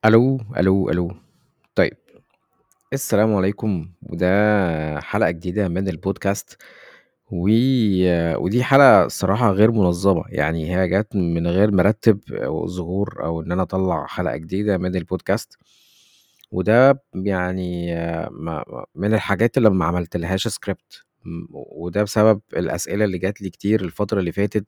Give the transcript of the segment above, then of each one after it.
ألو، ألو، ألو. طيب، السلام عليكم، وده حلقة جديدة من البودكاست و ودي حلقة الصراحة غير منظمة، يعني هي جات من غير ما أرتّب أو ظهور أو إن أنا أطلّع حلقة جديدة من البودكاست، وده يعني من الحاجات اللي ما عملتلهاش script. وده بسبب الأسئلة اللي جات لي كتير الفترة اللي فاتت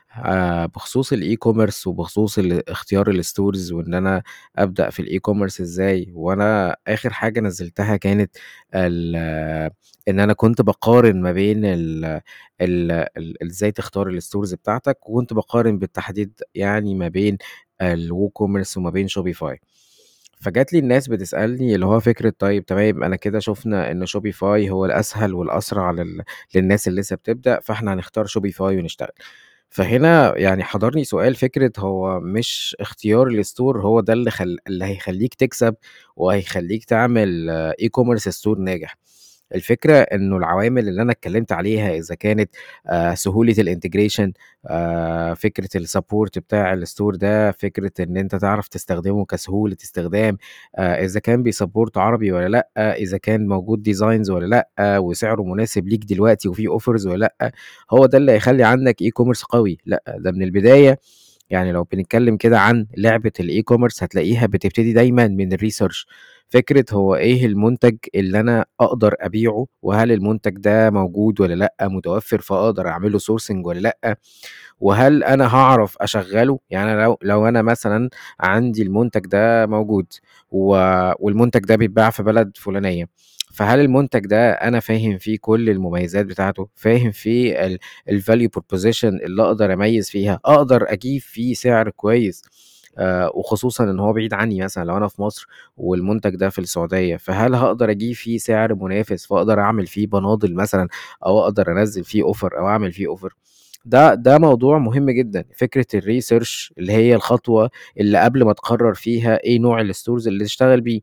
بخصوص الe-commerce وبخصوص اختيار الstores وإن أنا أبدأ في الe-commerce إزاي. وأنا آخر حاجة نزّلتها كانت ال إن أنا كنت باقارن ما بين ال ال ال إزاي تختار الstores بتاعتك، وكنت باقارن بالتحديد يعني ما بين الWooCommerce وما بين Shopify. فجات لي الناس بتسألني اللي هو فكرة طيب تمام، أنا كده شُفنا إن Shopify هو الأسهل والأسرع للناس اللي لسه بتبدأ، فإحنا هنختار Shopify ونشتغل. فهنا يعني حضرني سؤال، فكرة هو مش اختيار الstore هو ده اللي هيخلّيك تكسب وهيخلّيك تعمل e-commerce store ناجح. الفكرة إنه العوامل اللي أنا اتكلّمت عليها إذا كانت سهولة الintegration، فكرة الsupport بتاع الstore ده، فكرة إن أنت تعرف تستخدمه كسهولة استخدام، إذا كان بيsupport عربي والّا لأ، إذا كان موجود designs والّا لأ، وسعره مناسب ليك دلوقتي وفي offers والّا لأ، هو ده اللي هيخلّي عندك e-commerce قوي. لأ، ده من البداية يعني لو بنتكلم كده عن لعبة الe-commerce هتلاقيها بتبتدي دايمًا من الresearch. فكرة هو إيه المنتج اللي أنا أقدر أبيعه، وهل المنتج ده موجود والّا لأ، متوفر فأقدر أعمل له sourcing والّا لأ، وهل أنا هاعرف أشغّله. يعني أنا لو أنا مثلًا عندي المنتج ده موجود و والمنتج ده بيتباع في بلد فلانية، فهل المنتج ده أنا فاهم فيه كل المميزات بتاعته، فاهم فيه الvalue proposition اللي أقدر أميّز فيها، أقدر أجيب فيه سعر كويس، وخصوصًا إن هو بعيد عني. مثلًا لو أنا في مصر والمنتج ده في السعودية، فهل هاقدر أجيب فيه سعر منافس فاقدر أعمل فيه بناضل مثلًا، أو أقدر أنزّل فيه offer أو أعمل فيه offer. ده موضوع مهم جدًا، فكرة الresearch اللي هي الخطوة اللي قبل ما تقرر فيها إيه نوع الstores اللي تشتغل بيه.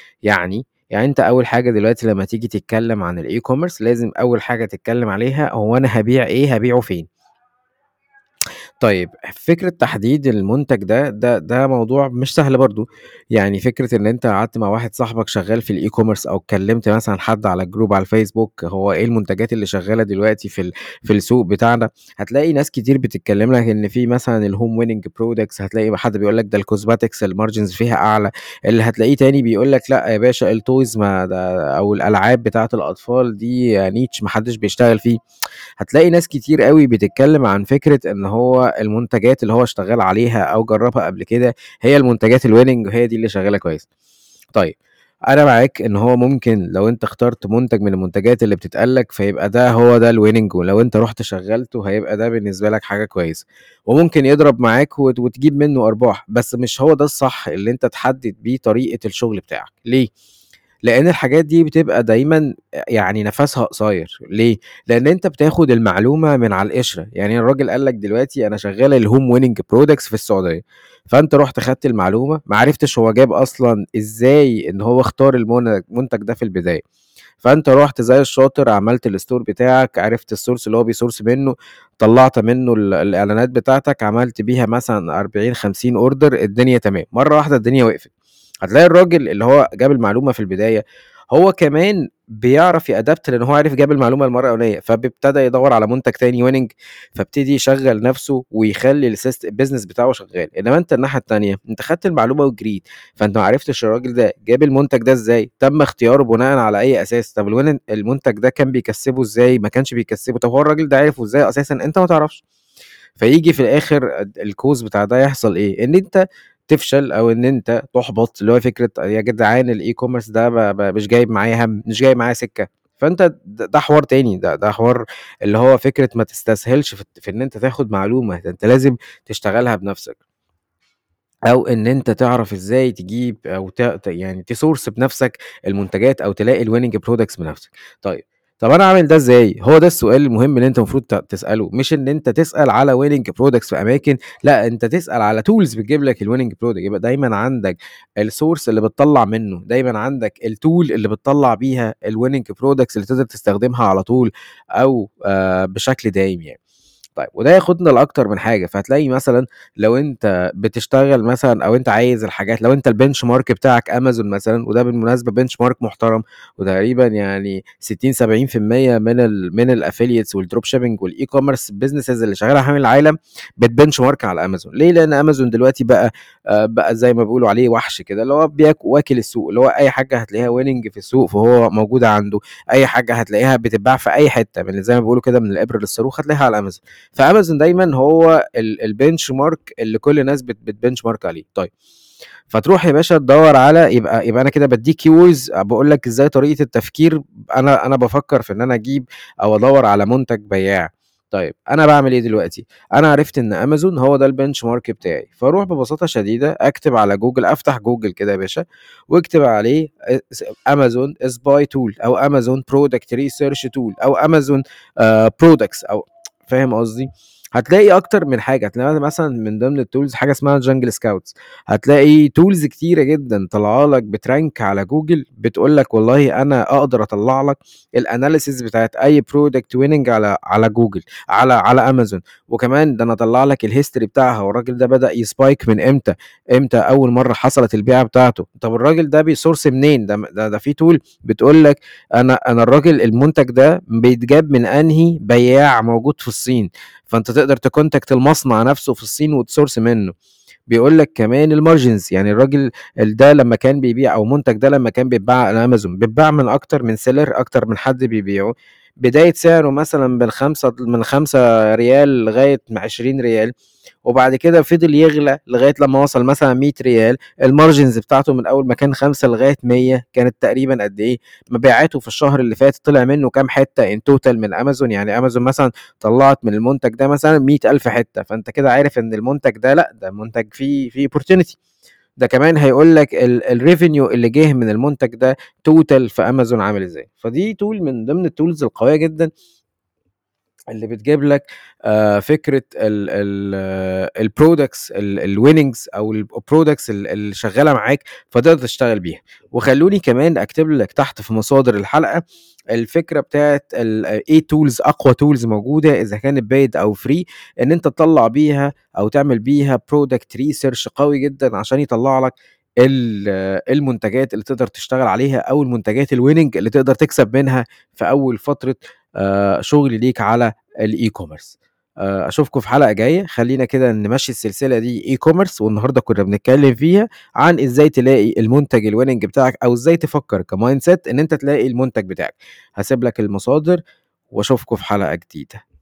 يعني أنت أول حاجة دلوقتي لمّا تيجي تتكلم عن الe-commerce لازم أول حاجة تتكلم عليها هو أنا هابيع إيه، هابيعه فين. طيب فكرة تحديد المنتج ده موضوع مش سهل برضه. يعني فكرة إن أنت قعدت مع واحد صاحبك شغال في الe-commerce أو كلمت مثلًا حد على الجروب على الفيسبوك، هو إيه المنتجات اللي شغالة دلوقتي في السوق بتاعنا، هتلاقي ناس كتير بتتكلم لك إن في مثلًا الhome winning products، هتلاقي حد بيقول لك ده الcosmetics الmargins فيها أعلى، اللي هتلاقيه تاني بيقول لك لأ يا باشا الtoys ما ده أو الألعاب بتاعة الأطفال دي niche ما حدش بيشتغل فيه. هتلاقي ناس كتير أوي بتتكلم عن فكرة إن هو المنتجات اللي هو اشتغل عليها أو جرّبها قبل كده هي المنتجات الwinning وهي دي اللي شغالة كويس. طيب، أنا معاك إن هو ممكن لو أنت اخترت منتج من المنتجات اللي بتتقال لك فيبقى ده هو ده الwinning، ولو أنت رُحت شغّلته هيبقى ده بالنسبة لك حاجة كويسة، وممكن يضرب معاك وتجيب منه أرباح، بس مش هو ده الصح اللي أنت تحدد بيه طريقة الشغل بتاعك. ليه؟ لأن الحاجات دي بتبقى دايمًا يعني نفَسها قصير. ليه؟ لأن أنت بتاخد المعلومة من على القشرة. يعني الراجل قال لك دلوقتي أنا شغّال الhome winning products في السعودية، فأنت رُحت خدت المعلومة، ما عرفتش هو جاب أصلًا إزاي إن هو اختار المنتج ده في البداية، فأنت رُحت زي الشاطر عملت الstore بتاعك، عرفت الsource اللي هو بيsource منه، طلّعت منه الإعلانات بتاعتك، عملت بيها مثلًا 40، 50 order، الدنيا تمام، مرّة واحدة الدنيا وقفت. هتلاقي الراجل اللي هو جاب المعلومة في البداية، هو كمان بيعرف يأدابت لإن هو عرف جاب المعلومة المرّة الأولانية، فابتدى يدوّر على منتج تاني winning، فابتدي يشغّل نَفْسه ويخلّي الbusiness بتاعه شغّال. إنّما أنت الناحية التانية، أنت خدت المعلومة وجريت، فأنت ما عرفتش الراجل ده جاب المنتج ده إزاي، تم اختياره بناءً على أي أساس، طَب المنتج ده كان بيكسّبه إزاي، ما كانش بيكسّبه، طَب هو الراجل ده عرفه إزاي أساسًا، أنت ما تعرفش. فييجي في الآخر الcause بتاع ده يحصل إيه، إن أنت تفشل أو إن أنت تُحبط، اللي هو فكرة يا جدعان الe-commerce ده مش جايب معايا هَم، مش جايب معايا سكة. فأنت ده حوار تاني، ده حوار اللي هو فكرة ما تستسهلش في إن أنت تاخد معلومة، ده أنت لازم تشتغلها بنَفْسك، أو إن أنت تعرف إزاي تجيب أو يعني تsource بنَفْسك المنتجات أو تلاقي الwinning products بنَفْسك. طيب، طَب أنا أعمل ده إزاي؟ هو ده السؤال المهم اللي أنت المفروض تسأله، مش إن أنت تسأل على winning products في أماكن، لأ أنت تسأل على tools بتجيب لك الwinning product. يبقى دايمًا عندك الsource اللي بتطلّع منه، دايمًا عندك الtool اللي بتطلّع بيها الwinning products اللي تقدر تستخدمها على طول أو بشكل دايم يعني. طيب وده ياخدنا لأكتر من حاجة، فهتلاقي مثلًا لو أنت بتشتغل مثلًا أو أنت عايز الحاجات، لو أنت الbenchmark بتاعك أمازون مثلًا، وده بالمناسبة benchmark محترم، وتقريبًا يعني 60، 70% من الaffiliates والdrop shipping والe-commerce businesses اللي شغالة حوالين العالم بتbenchmark على أمازون. ليه؟ لأن أمازون دلوقتي بقى زي ما بيقولوا عليه وحش كده، اللي هو واكل السوق، اللي هو أي حاجة هتلاقيها winning في السوق فهو موجودة عنده، أي حاجة هتلاقيها بتتباع في أي حتة، من زي ما بيقولوا كده من الإبر للصاروخ هتلاقيها على أمازون. فامازون دايما هو البنش مارك اللي كل الناس بتبنش مارك عليه. طيب فتروح يا باشا تدور على، يبقى انا كده بديك كيوز، بقول لك ازاي طريقه التفكير. انا بفكر في ان انا اجيب او ادور على منتج بياع. طيب انا بعمل ايه دلوقتي؟ انا عرفت ان امازون هو ده البنش مارك بتاعي، فاروح ببساطه شديده اكتب على جوجل، افتح جوجل كده يا باشا واكتب عليه امازون سباي تول او امازون برودكت ريسيرش تول او امازون برودكتس، او فاهم قصدي؟ هتلاقي اكتر من حاجه، هتلاقي مثلا من ضمن التولز حاجه اسمها جانجل سكاوتس. هتلاقي تولز كتيره جدا طالعه لك بترانك على جوجل، بتقول لك والله انا اقدر اطلع لك الاناليسيز بتاعت اي برودكت ويننج على جوجل، على امازون. وكمان ده انا اطلع لك الهيستوري بتاعها، والراجل ده بدا يسبايك من امتى اول مره حصلت البيعه بتاعته. طب الراجل ده بيسورس منين؟ ده في تول بتقول لك انا الراجل المنتج ده بيتجاب من انهي بياع موجود في الصين، فانت تقدر تكونتاكت المصنع نفسه في الصين وتسورس منه. بيقول لك كمان المارجنز، يعني الراجل ده لما كان بيبيع او منتج ده لما كان بيتباع على امازون بيتباع من اكتر من سيلر، اكتر من حد بيبيعه. بداية سعره مثلا من 5 ريال لغاية 20 ريال، وبعد كده فضل يغلى لغاية لما وصل مثلا 100 ريال. المارجنز بتاعته من أول ما كان 5 لغاية 100 كانت تقريبا قد إيه؟ مبيعاته في الشهر اللي فات طلع منه كام حتة ان توتال من أمازون؟ يعني أمازون مثلا طلعت من المنتج ده مثلا 100,000 حتة، فأنت كده عارف إن المنتج ده لأ، ده منتج فيه opportunity. ده كمان هيقول لك الريفينيو اللي جه من المنتج ده توتال في امازون عامل ازاي. فدي تول من ضمن التولز القويه جدا اللي بتجيب لك فكره البرودكتس الويننجز او البرودكتس اللي شغاله معاك، فتقدر تشتغل بيها. وخلوني كمان اكتب لك تحت في مصادر الحلقه الفكره بتاعت ايه تولز، اقوى تولز موجوده اذا كانت بايد او فري، ان انت تطلع بيها او تعمل بيها برودكت ريسيرش قوي جدا عشان يطلع لك المنتجات اللي تقدر تشتغل عليها، او المنتجات الويننج اللي تقدر تكسب منها في اول فتره شغل ليك على الاي كوميرس. اشوفكم في حلقه جايه. خلينا كده نمشي السلسله دي اي كوميرس، والنهارده كنا بنتكلم فيها عن ازاي تلاقي المنتج الويننج بتاعك، او ازاي تفكر كمايند سيت ان انت تلاقي المنتج بتاعك. هسيب لك المصادر واشوفكم في حلقه جديده.